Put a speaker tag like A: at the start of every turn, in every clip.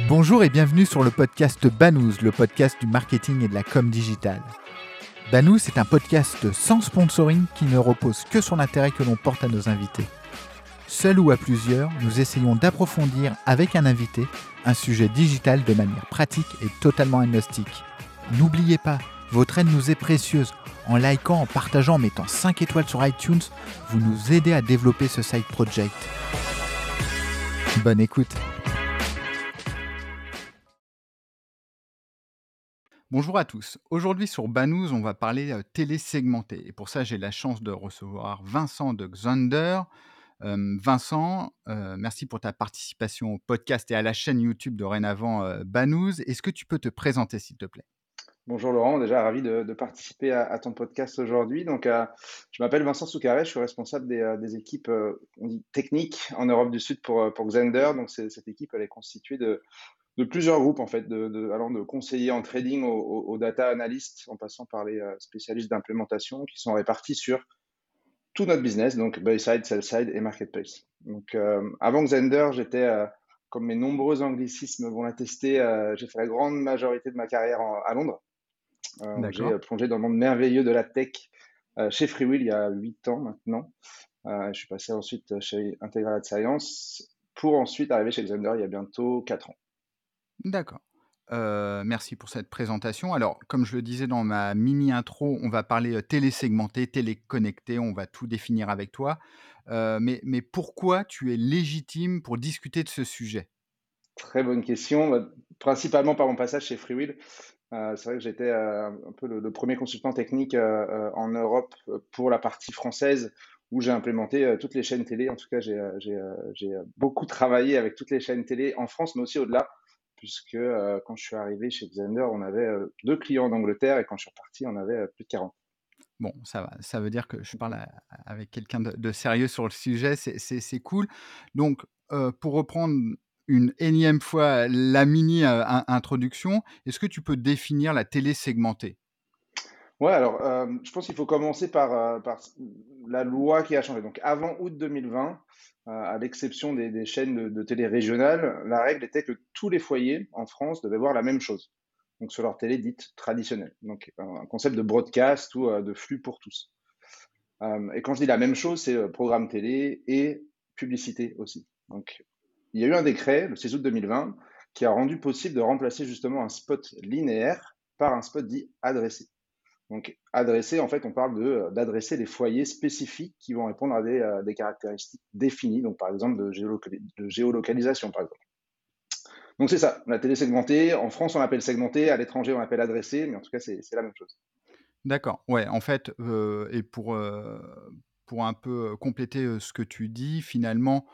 A: Bonjour et bienvenue sur le podcast Banous, le podcast du marketing et de la com digitale. Banous est un podcast sans sponsoring qui ne repose que sur l'intérêt que l'on porte à nos invités. Seul ou à plusieurs, nous essayons d'approfondir avec un invité un sujet digital de manière pratique et totalement agnostique. N'oubliez pas, votre aide nous est précieuse. En likant, en partageant, en mettant 5 étoiles sur iTunes, vous nous aidez à développer ce side project. Bonne écoute. Bonjour à tous. Aujourd'hui sur Banous, on va parler télé segmentée. Et pour ça, j'ai la chance de recevoir Vincent de Xander. Vincent, merci pour ta participation au podcast et à la chaîne YouTube dorénavant Banous. Est-ce que tu peux te présenter, s'il te plaît?
B: Bonjour Laurent, déjà ravi de participer à ton podcast aujourd'hui. Je m'appelle Vincent Soucaret, je suis responsable des équipes on dit techniques en Europe du Sud pour Xender. Cette équipe, elle est constituée de plusieurs groupes en fait, allant de conseillers en trading aux data analysts, en passant par les spécialistes d'implémentation qui sont répartis sur tout notre business, donc buy side, sell side et marketplace. Avant Xender, comme mes nombreux anglicismes vont l'attester, j'ai fait la grande majorité de ma carrière à Londres. Où j'ai
A: D'accord.
B: plongé dans le monde merveilleux de la tech chez Freewheel il y a 8 ans maintenant. Je suis passé ensuite chez Integral Science pour ensuite arriver chez Xander il y a bientôt 4 ans.
A: D'accord. Merci pour cette présentation. Alors, comme je le disais dans ma mini intro, on va parler télé segmentée, télé connectée, on va tout définir avec toi. Mais pourquoi tu es légitime pour discuter de ce sujet?
B: Très bonne question. Principalement par mon passage chez Freewheel. C'est vrai que j'étais un peu le premier consultant technique en Europe pour la partie française où j'ai implémenté toutes les chaînes télé. En tout cas, j'ai beaucoup travaillé avec toutes les chaînes télé en France, mais aussi au-delà, puisque quand je suis arrivé chez Xander, on avait 2 clients en Angleterre et quand je suis reparti, on avait plus de 40.
A: Bon, ça va, ça veut dire que je parle avec quelqu'un de sérieux sur le sujet, c'est cool. Donc, pour reprendre une énième fois la mini, introduction, est-ce que tu peux définir la télé segmentée?
B: Ouais, alors, je pense qu'il faut commencer par la loi qui a changé. Donc avant août 2020, à l'exception des chaînes de télé régionales, la règle était que tous les foyers en France devaient voir la même chose, donc sur leur télé dite traditionnelle. Donc un concept de broadcast ou de flux pour tous. Et quand je dis la même chose, c'est programme télé et publicité aussi. Donc il y a eu un décret, le 6 août 2020, qui a rendu possible de remplacer justement un spot linéaire par un spot dit adressé. Donc, adresser, en fait, on parle d'adresser les foyers spécifiques qui vont répondre à des caractéristiques définies, donc par exemple de géolocalisation, par exemple. Donc c'est ça, la télé segmentée. En France, on l'appelle segmentée, à l'étranger, on l'appelle adressée, mais en tout cas, c'est la même chose.
A: D'accord, ouais, en fait, et pour un peu, compléter, ce que tu dis, finalement,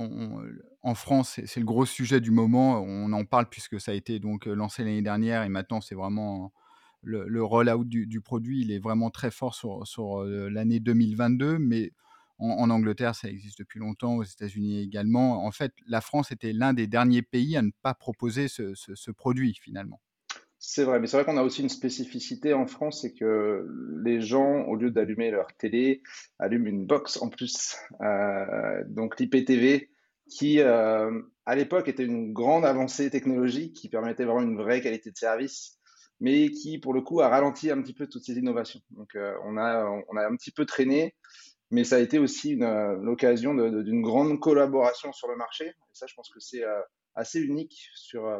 A: en France, c'est le gros sujet du moment. On en parle puisque ça a été donc, lancé l'année dernière et maintenant c'est vraiment le roll-out du produit, il est vraiment très fort sur l'année 2022, mais en Angleterre, ça existe depuis longtemps, aux États-Unis également. En fait, la France était l'un des derniers pays à ne pas proposer ce produit, finalement.
B: C'est vrai, mais c'est vrai qu'on a aussi une spécificité en France, c'est que les gens, au lieu d'allumer leur télé, allument une box en plus. Donc l'IPTV, qui à l'époque était une grande avancée technologique qui permettait vraiment une vraie qualité de service, mais qui pour le coup a ralenti un petit peu toutes ces innovations. Donc on a un petit peu traîné, mais ça a été aussi l'occasion d'une grande collaboration sur le marché. Et ça, je pense que c'est assez unique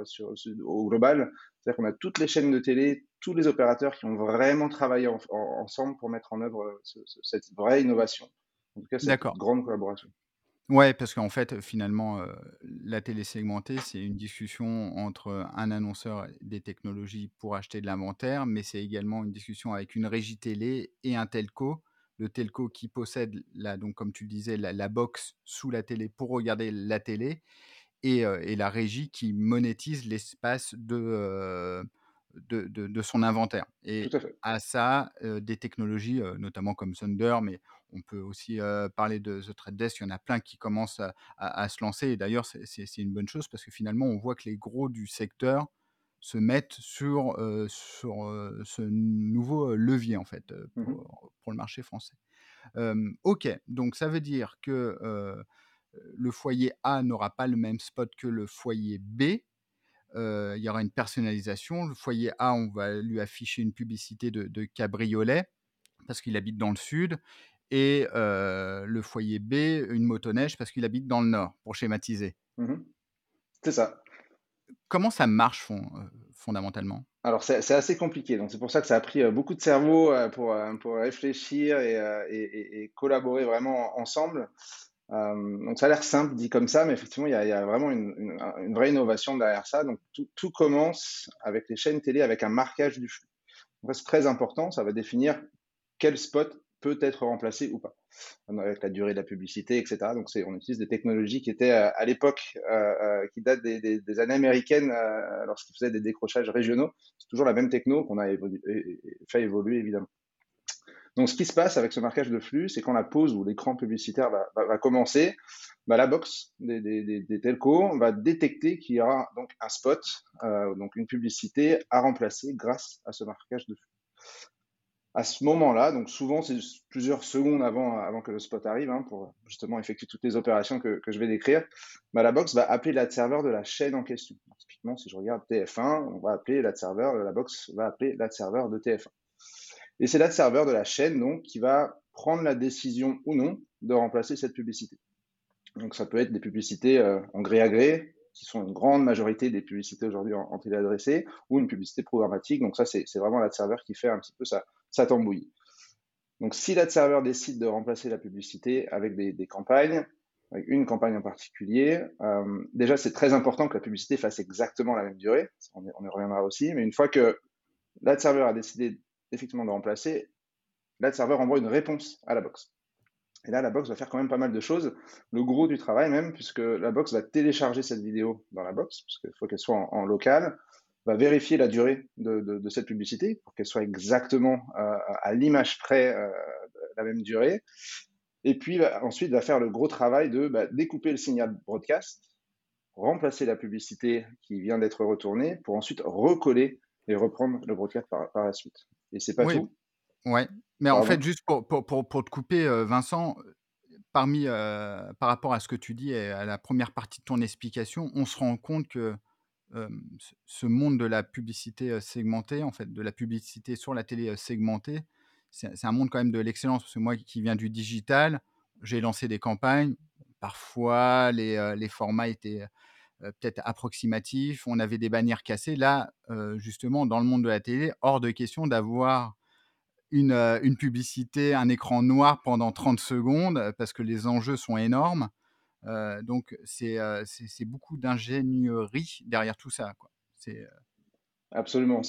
B: au global. C'est-à-dire qu'on a toutes les chaînes de télé, tous les opérateurs qui ont vraiment travaillé ensemble pour mettre en œuvre cette vraie innovation. En tout cas, cette
A: D'accord.
B: grande collaboration.
A: Ouais, parce qu'en fait, finalement, la télé segmentée, c'est une discussion entre un annonceur et des technologies pour acheter de l'inventaire, mais c'est également une discussion avec une régie télé et un telco. Le telco qui possède la donc comme tu le disais, la box sous la télé pour regarder la télé et la régie qui monétise l'espace de son inventaire
B: Tout
A: et
B: à fait.
A: à ça, des technologies, notamment comme Thunder, mais on peut aussi, parler de The Trade Desk. Il y en a plein qui commencent à se lancer et d'ailleurs c'est une bonne chose parce que finalement on voit que les gros du secteur se mettent sur ce nouveau, levier en fait,
B: Mhm.
A: pour le marché français. OK, donc ça veut dire que, le foyer A n'aura pas le même spot que le foyer B. il y aura une personnalisation. Le foyer A, on va lui afficher une publicité de cabriolet parce qu'il habite dans le sud et le foyer B, une motoneige parce qu'il habite dans le nord, pour schématiser.
B: Mmh. C'est ça.
A: Comment ça marche fondamentalement?
B: Alors c'est assez compliqué, donc c'est pour ça que ça a pris, beaucoup de cerveau, pour réfléchir et collaborer vraiment ensemble. Donc ça a l'air simple dit comme ça, mais effectivement il y a vraiment une vraie innovation derrière ça. Donc tout commence avec les chaînes télé avec un marquage du flux. Donc ça c'est très important, ça va définir quel spot peut être remplacé ou pas, avec la durée de la publicité et cetera. Donc on utilise des technologies qui étaient, à l'époque, qui datent des années américaines, lorsqu'ils faisaient des décrochages régionaux. C'est toujours la même techno qu'on a fait évoluer évidemment. Donc ce qui se passe avec ce marquage de flux, c'est quand la pause ou l'écran publicitaire va commencer, bah, la box des telcos va détecter qu'il y aura donc un spot, donc une publicité à remplacer grâce à ce marquage de flux. À ce moment-là, donc souvent c'est plusieurs secondes avant que le spot arrive, hein, pour justement effectuer toutes les opérations que je vais décrire, bah, la box va appeler l'adserveur de la chaîne en question. Donc, typiquement, si je regarde TF1, on va appeler l'adserveur, la box va appeler l'adserveur de TF1. Et c'est l'adserveur de la chaîne donc qui va prendre la décision ou non de remplacer cette publicité. Donc ça peut être des publicités en gré à gré, qui sont une grande majorité des publicités aujourd'hui en télé adressée, ou une publicité programmatique. Donc ça, c'est vraiment l'adserveur qui fait un petit peu sa tambouille. Donc si l'adserveur décide de remplacer la publicité avec des campagnes, avec une campagne en particulier, déjà c'est très important que la publicité fasse exactement la même durée, on y reviendra aussi, mais une fois que l'adserveur a décidé effectivement de remplacer, l'adserveur envoie une réponse à la box. Et là, la box va faire quand même pas mal de choses. Le gros du travail même, puisque la box va télécharger cette vidéo dans la box, parce qu'il faut qu'elle soit en local, va vérifier la durée de cette publicité pour qu'elle soit exactement à l'image près la même durée. Et puis ensuite va faire le gros travail de découper le signal broadcast, remplacer la publicité qui vient d'être retournée pour ensuite recoller et reprendre le broadcast par la suite. Et c'est pas
A: Oui,
B: tout,
A: ouais, mais en fait,
B: pardon.
A: juste pour te couper, Vincent, par rapport à ce que tu dis et à la première partie de ton explication, on se rend compte que, ce monde de la publicité, segmentée, en fait, de la publicité sur la télé, segmentée, c'est un monde quand même de l'excellence. Parce que moi qui viens du digital, j'ai lancé des campagnes. Parfois les formats étaient, peut-être approximatifs, on avait des bannières cassées. Là, justement, dans le monde de la télé, hors de question d'avoir une publicité, un écran noir pendant 30 secondes, parce que les enjeux sont énormes. Donc c'est beaucoup d'ingénierie derrière tout ça, quoi.
B: Absolument,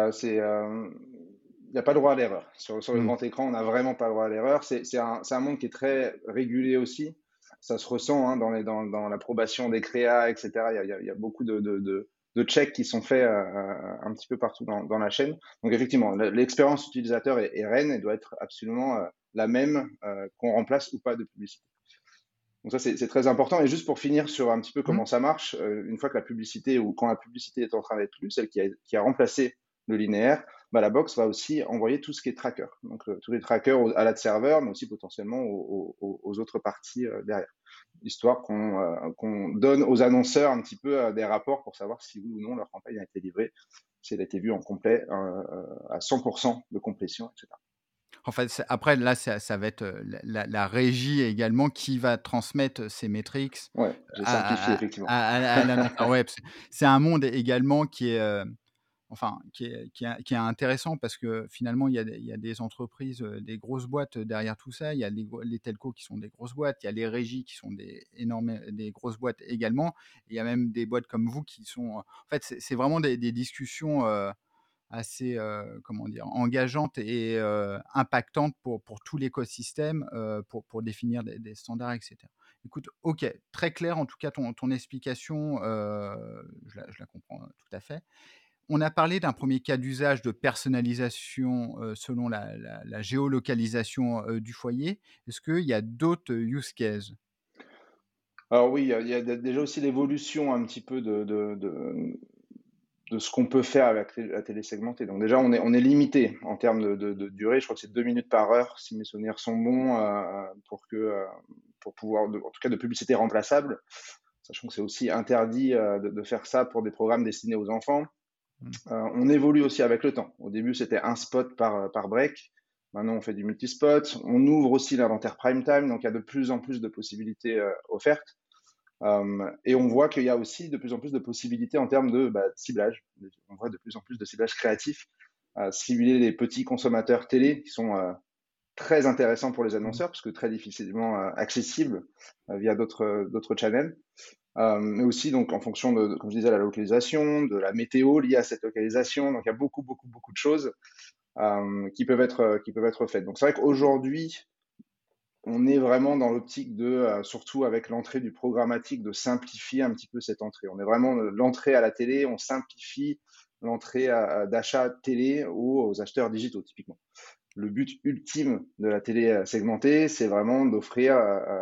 B: il y a pas le droit à l'erreur. Sur le
A: Mmh.
B: grand écran, on n'a vraiment pas le droit à l'erreur. C'est un monde qui est très régulé aussi. Ça se ressent, hein, dans l'approbation des créas et cetera. Il y a beaucoup de checks qui sont faits, un petit peu partout dans la chaîne. Donc effectivement, l'expérience utilisateur est reine et doit être absolument, la même, qu'on remplace ou pas de publicité. Donc ça, c'est très important. Et juste pour finir sur un petit peu
A: Mmh.
B: comment ça marche, une fois que la publicité ou quand la publicité est en train d'être lue, celle qui a remplacé le linéaire, bah, la box va aussi envoyer tout ce qui est tracker. Donc tous les trackers à l'adserveur, mais aussi potentiellement aux autres parties derrière. Histoire qu'on donne aux annonceurs un petit peu des rapports pour savoir si oui ou non leur campagne a été livrée, si elle a été vue en complet, à 100% de complétion, etc.
A: En fait, c'est après là, ça va être, la régie également qui va transmettre ces métriques
B: Ouais, j'ai simplifié effectivement.
A: à l'annonceur. Ouais, parce que c'est un monde également qui est, enfin, qui est intéressant parce que finalement, il y a des entreprises, des grosses boîtes derrière tout ça. Il y a les telcos qui sont des grosses boîtes, il y a les régies qui sont des grosses boîtes également. Il y a même des boîtes comme vous qui sont, en fait, c'est vraiment des discussions, assez, comment dire? Engageantes et impactantes pour tout l'écosystème, pour définir des standards et cetera. Écoute, OK, très clair en tout cas ton explication, je la comprends, tout à fait. On a parlé d'un premier cas d'usage de personnalisation, selon la géolocalisation, du foyer. Est-ce qu'il y a d'autres, use cases?
B: Alors oui, il y a déjà aussi l'évolution un petit peu de ce qu'on peut faire avec la télé segmentée. Donc déjà, on est limité en termes de durée. Je crois que c'est 2 minutes par heure, si mes souvenirs sont bons, pour pouvoir, en tout cas, de publicité remplaçable. sachant que c'est aussi interdit, de faire ça pour des programmes destinés aux enfants.
A: Mmh.
B: On évolue aussi avec le temps. Au début, c'était un spot par break. Maintenant, on fait du multispot. On ouvre aussi l'inventaire prime time, donc il y a de plus en plus de possibilités, offertes. Et on voit qu'il y a aussi de plus en plus de possibilités en termes de, ciblage. On voit de plus en plus de ciblage créatif, cibler les petits consommateurs télé qui sont, très intéressants pour les
A: Mmh.
B: annonceurs parce que très difficilement, accessibles, via d'autres channels. Mais aussi donc en fonction de, comme je disais, la localisation, de la météo liée à cette localisation. Donc il y a beaucoup, beaucoup, beaucoup de choses, qui peuvent être faites. Donc c'est vrai qu'aujourd'hui, on est vraiment dans l'optique de, surtout avec l'entrée du programmatique, de simplifier un petit peu cette entrée. On est vraiment, l'entrée à la télé, on simplifie l'entrée d'achat télé aux acheteurs digitaux, typiquement. Le but ultime de la télé, segmentée, c'est vraiment d'offrir,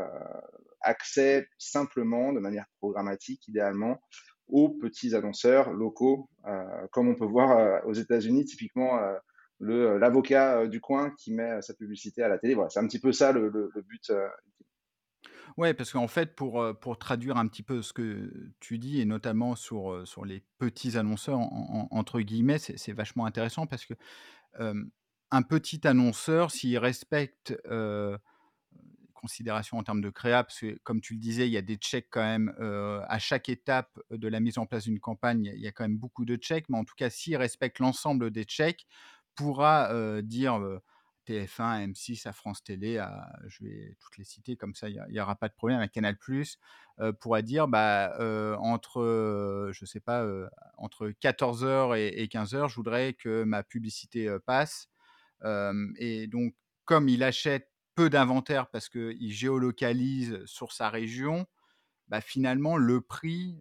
B: accès simplement, de manière programmatique idéalement, aux petits annonceurs locaux, comme on peut voir, aux États-Unis typiquement, l'avocat, du coin qui met, sa publicité à la télé. Voilà, c'est un petit peu ça le but,
A: Ouais, parce qu'en fait, pour traduire un petit peu ce que tu dis et notamment sur les «petits annonceurs» entre guillemets, c'est vachement intéressant parce que, hem, un petit annonceur, s'il respecte, considérations en termes de créa, parce que comme tu le disais, il y a des checks quand même, à chaque étape de la mise en place d'une campagne, il y a quand même beaucoup de checks, mais en tout cas, s'il respecte l'ensemble des checks, pourra, dire, TF1, M6, à France Télé, à je vais toutes les citer comme ça, il y aura pas de problème, à Canal+, pourra dire, entre, je sais pas, entre 14 heures et 15 heures, je voudrais que ma publicité, passe. Et donc comme il achète peu d'inventaire parce qu'il géolocalise sur sa région, finalement le prix,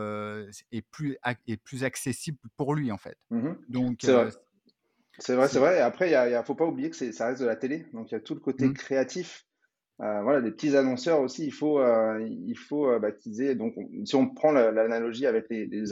A: est plus accessible pour lui, en fait.
B: mmh
A: Donc
B: C'est vrai. C'est vrai, c'est
A: c'est
B: vrai et après il faut pas oublier que ça reste de la télé, donc il y a tout le côté
A: mmh,
B: créatif. Voilà, les petits annonceurs aussi, il faut, qu'ils aient donc si on prend l'analogie avec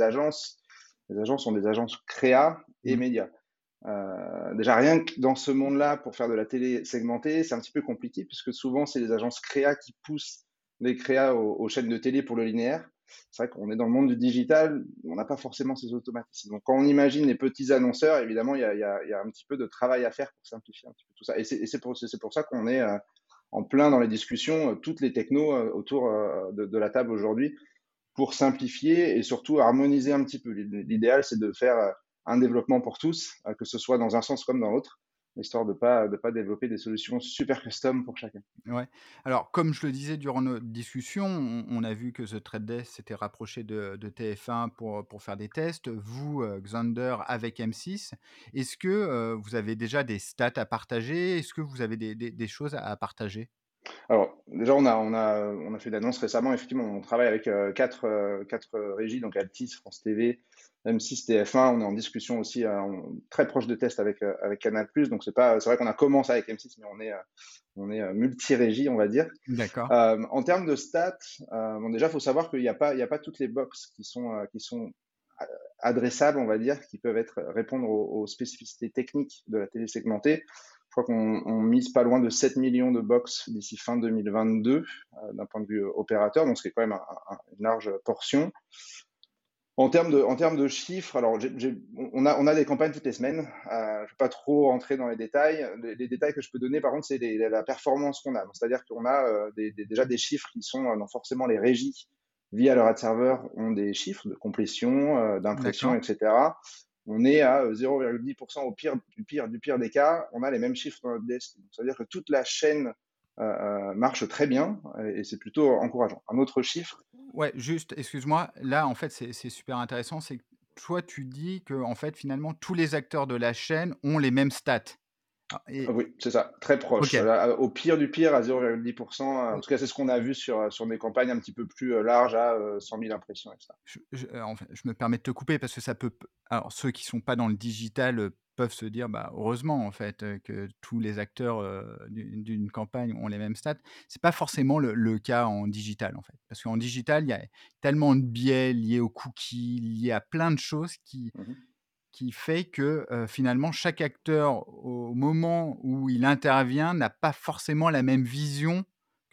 B: les agences sont des agences créa et
A: mmh,
B: médias. Déjà rien que dans ce monde-là, pour faire de la télé segmentée, c'est un petit peu compliqué puisque souvent c'est les agences créa qui poussent les créas aux chaînes de télé pour le linéaire. C'est vrai qu'on est dans le monde du digital, on n'a pas forcément ces automatismes. Donc quand on imagine les petits annonceurs, évidemment, il y a un petit peu de travail à faire pour simplifier un petit peu tout ça. Et c'est pour ça qu'on est, en plein dans les discussions, toutes les technos, autour, de la table aujourd'hui pour simplifier et surtout harmoniser un petit peu. L'idéal, c'est de faire, un développement pour tous, que ce soit dans un sens comme dans l'autre, histoire de pas développer des solutions super custom pour chacun.
A: ouais. Alors comme je le disais durant notre discussion, on a vu que The Trade Desk s'était rapproché de TF1 pour faire des tests. Vous, Xandr avec M6. Est-ce que, vous avez déjà des stats à partager? Est-ce que vous avez des choses à partager?
B: Alors, déjà, on a fait l'annonce récemment. Effectivement, on travaille avec, 4 régies, donc Altice, France TV, M6, TF1. On est en discussion aussi, très proche de test avec Canal+. Donc c'est vrai qu'on a commencé avec M6, mais on est, multi-régie, on va dire.
A: D'accord,
B: En termes de stats, bon, déjà, il faut savoir qu'il y a pas toutes les box qui sont adressables, on va dire, qui peuvent répondre aux spécificités techniques de la télé segmentée. Je crois qu'on mise pas loin de 7 millions de box d'ici fin 2022, d'un point de vue opérateur, donc ce qui est quand même une large portion. En termes de chiffres, alors on a des campagnes toutes les semaines. Je ne vais pas trop rentrer dans les détails. Les détails que je peux donner, par contre, c'est la performance qu'on a. C'est-à-dire qu'on a, déjà des chiffres qui sont, non forcément les régies via leur ad serveur ont des chiffres de complétion, d'impression,
A: d'accord.
B: etc. On est à 0,10% au pire du pire des cas. On a les mêmes chiffres dans notre DSP. C'est-à-dire que toute la chaîne, marche très bien et c'est plutôt encourageant. Un autre chiffre.
A: Ouais, juste, excuse-moi, là, en fait, c'est super intéressant, c'est que toi, tu dis que en fait, finalement, tous les acteurs de la chaîne ont les mêmes stats. Ah et
B: Oui, c'est ça, très proche.
A: OK.
B: Là, au pire du pire, à 0,10%, en tout cas, c'est ce qu'on a vu sur des campagnes un petit peu plus, larges à, 100 000 impressions et cetera.
A: En fait, je me permets de te couper parce que ça peut alors ceux qui sont pas dans le digital, peuvent se dire: «Bah, heureusement en fait, que tous les acteurs, d'une campagne ont les mêmes stats». C'est pas forcément le cas en digital, en fait. Parce qu'en digital, il y a tellement de biais liés aux cookies, liés à plein de choses
B: Mmh.
A: qui fait que, finalement chaque acteur au moment où il intervient n'a pas forcément la même vision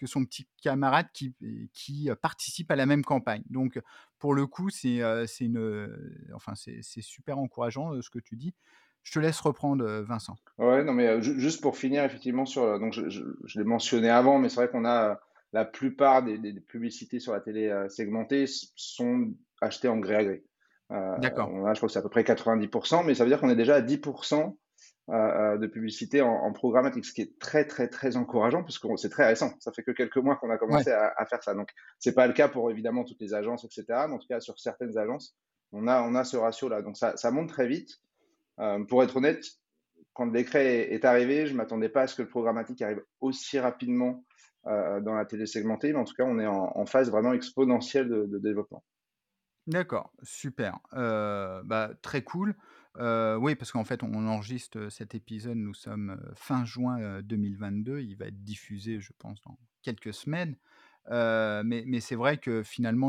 A: que son petit camarade qui participe à la même campagne. Donc pour le coup, c'est enfin c'est super encourageant, ce que tu dis. Je te laisse reprendre, Vincent.
B: Ouais, non, mais juste pour finir, effectivement, sur, donc je l'ai mentionné avant, mais c'est vrai qu'on a la plupart des publicités sur la télé segmentée sont achetées en gré à gré.
A: D'accord.
B: On a, je crois que c'est à peu près 90%, mais ça veut dire qu'on est déjà à 10% de publicité en programmatique, ce qui est très, très, très encourageant, parce que c'est très récent. Ça fait que quelques mois qu'on a
A: Ouais.
B: commencé à faire ça. Donc, c'est pas le cas pour évidemment toutes les agences, etc. Mais en tout cas, sur certaines agences, on a ce ratio-là. Donc, ça monte très vite. Pour être honnête, quand le décret est arrivé, je ne m'attendais pas à ce que le programmatique arrive aussi rapidement dans la télé segmentée, mais en tout cas, on est en phase vraiment exponentielle de développement.
A: D'accord, super. Bah, très cool. Oui, parce qu'en fait, on enregistre, cet épisode, nous sommes, fin juin, 2022. Il va être diffusé, je pense, dans quelques semaines. Mais c'est vrai que finalement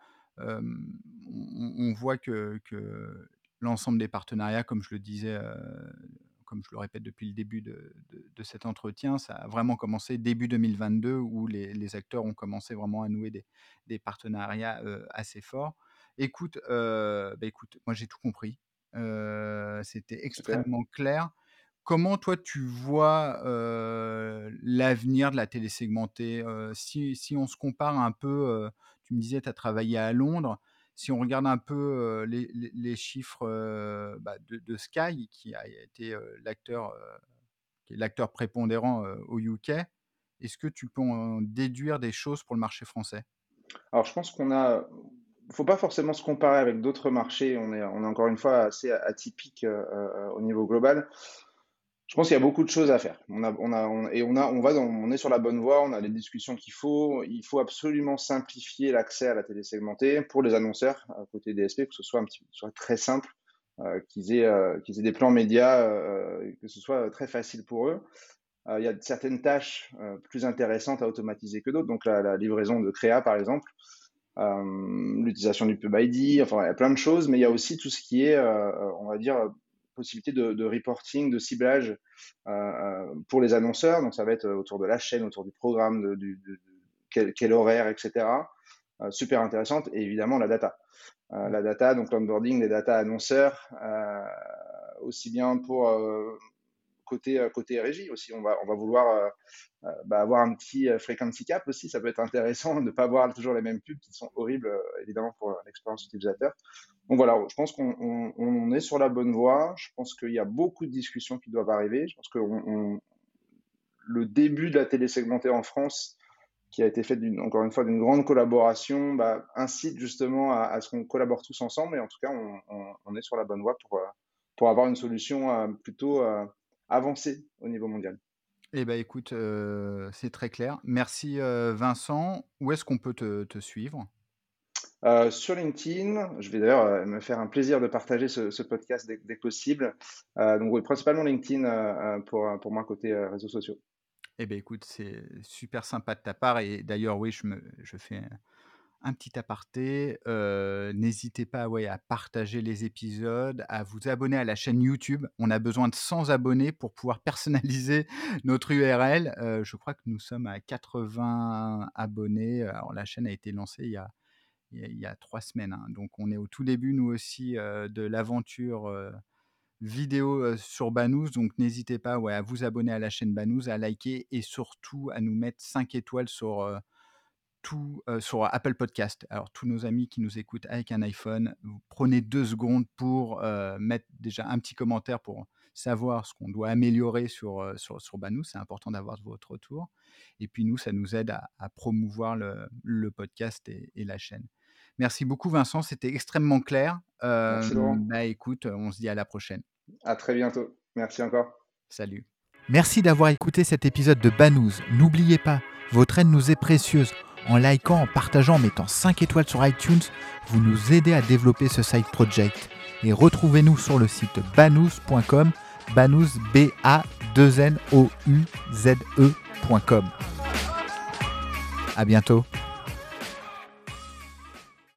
A: on voit que l'ensemble des partenariats, comme je le disais, comme je le répète depuis le début de cet entretien, ça a vraiment commencé début 2022 où les acteurs ont commencé vraiment à nouer des partenariats, assez forts. Écoute, écoute, moi j'ai tout compris. C'était
B: Super.
A: extrêmement clair. Comment toi tu vois, l'avenir de la télé segmentée? Si on se compare un peu, tu me disais tu as travaillé à Londres. Si on regarde un peu, les chiffres, de Sky qui a été, qui est l'acteur prépondérant, au UK, est-ce que tu peux en déduire des choses pour le marché français?
B: Alors, je pense faut pas forcément se comparer avec d'autres marchés. On est encore une fois assez atypique au niveau global. Je pense qu'il y a beaucoup de choses à faire. On est sur la bonne voie, on a les discussions qu'il faut. Il faut absolument simplifier l'accès à la télé segmentée pour les annonceurs, côté DSP, que ce soit soit très simple, qu'ils aient des plans médias, que ce soit très facile pour eux. Il y a certaines tâches plus intéressantes à automatiser que d'autres, donc la livraison de créa, par exemple, l'utilisation du Pub ID, enfin, il y a plein de choses, mais il y a aussi tout ce qui est, on va dire, possibilité de reporting, de ciblage pour les annonceurs. Donc, ça va être autour de la chaîne, autour du programme, quel horaire, etc. Super intéressante. Et évidemment, la data.
A: Mmh.
B: La data, donc l'onboarding des data annonceurs, aussi bien pour côté régie aussi. On va vouloir avoir un petit frequency cap aussi. Ça peut être intéressant de ne pas voir toujours les mêmes pubs qui sont horribles, évidemment, pour l'expérience utilisateur. Donc voilà, je pense qu'on est sur la bonne voie. Je pense qu'il y a beaucoup de discussions qui doivent arriver. Je pense que le début de la télé segmentée en France, qui a été fait encore une fois d'une grande collaboration, incite justement à ce qu'on collabore tous ensemble. Et en tout cas, on est sur la bonne voie pour avoir une solution plutôt avancée au niveau mondial.
A: Eh ben, écoute, c'est très clair. Merci, Vincent. Où est-ce qu'on peut te suivre?
B: Sur LinkedIn, je vais d'ailleurs me faire un plaisir de partager ce podcast dès que possible. Donc oui, principalement LinkedIn pour moi côté réseaux sociaux.
A: Eh beh, écoute, c'est super sympa de ta part et d'ailleurs, oui, je fais un petit aparté, n'hésitez pas, ouais, à partager les épisodes, à vous abonner à la chaîne YouTube. On a besoin de 100 abonnés pour pouvoir personnaliser notre URL. Je crois que nous sommes à 80 abonnés. Alors la chaîne a été lancée il y a 3 semaines, hein, donc on est au tout début, nous aussi, de l'aventure, vidéo, sur Banous, donc n'hésitez pas, ouais, à vous abonner à la chaîne Banous, à liker et surtout à nous mettre 5 étoiles sur Apple Podcast. Alors tous nos amis qui nous écoutent avec un iPhone, vous prenez 2 secondes pour, mettre déjà un petit commentaire pour savoir ce qu'on doit améliorer sur Banous. C'est important d'avoir votre retour et puis nous, ça nous aide à promouvoir le podcast et la chaîne. Merci beaucoup Vincent, c'était extrêmement clair.
B: Merci Laurent.
A: Écoute, on se dit à la prochaine.
B: À très bientôt. Merci encore.
A: Salut. Merci d'avoir écouté cet épisode de Banous. N'oubliez pas, votre aide nous est précieuse. En likant, en partageant, en mettant 5 étoiles sur iTunes, vous nous aidez à développer ce side project. Et retrouvez-nous sur le site banous.com, banous, B-A-2-N-O-U-Z-E.com. À bientôt.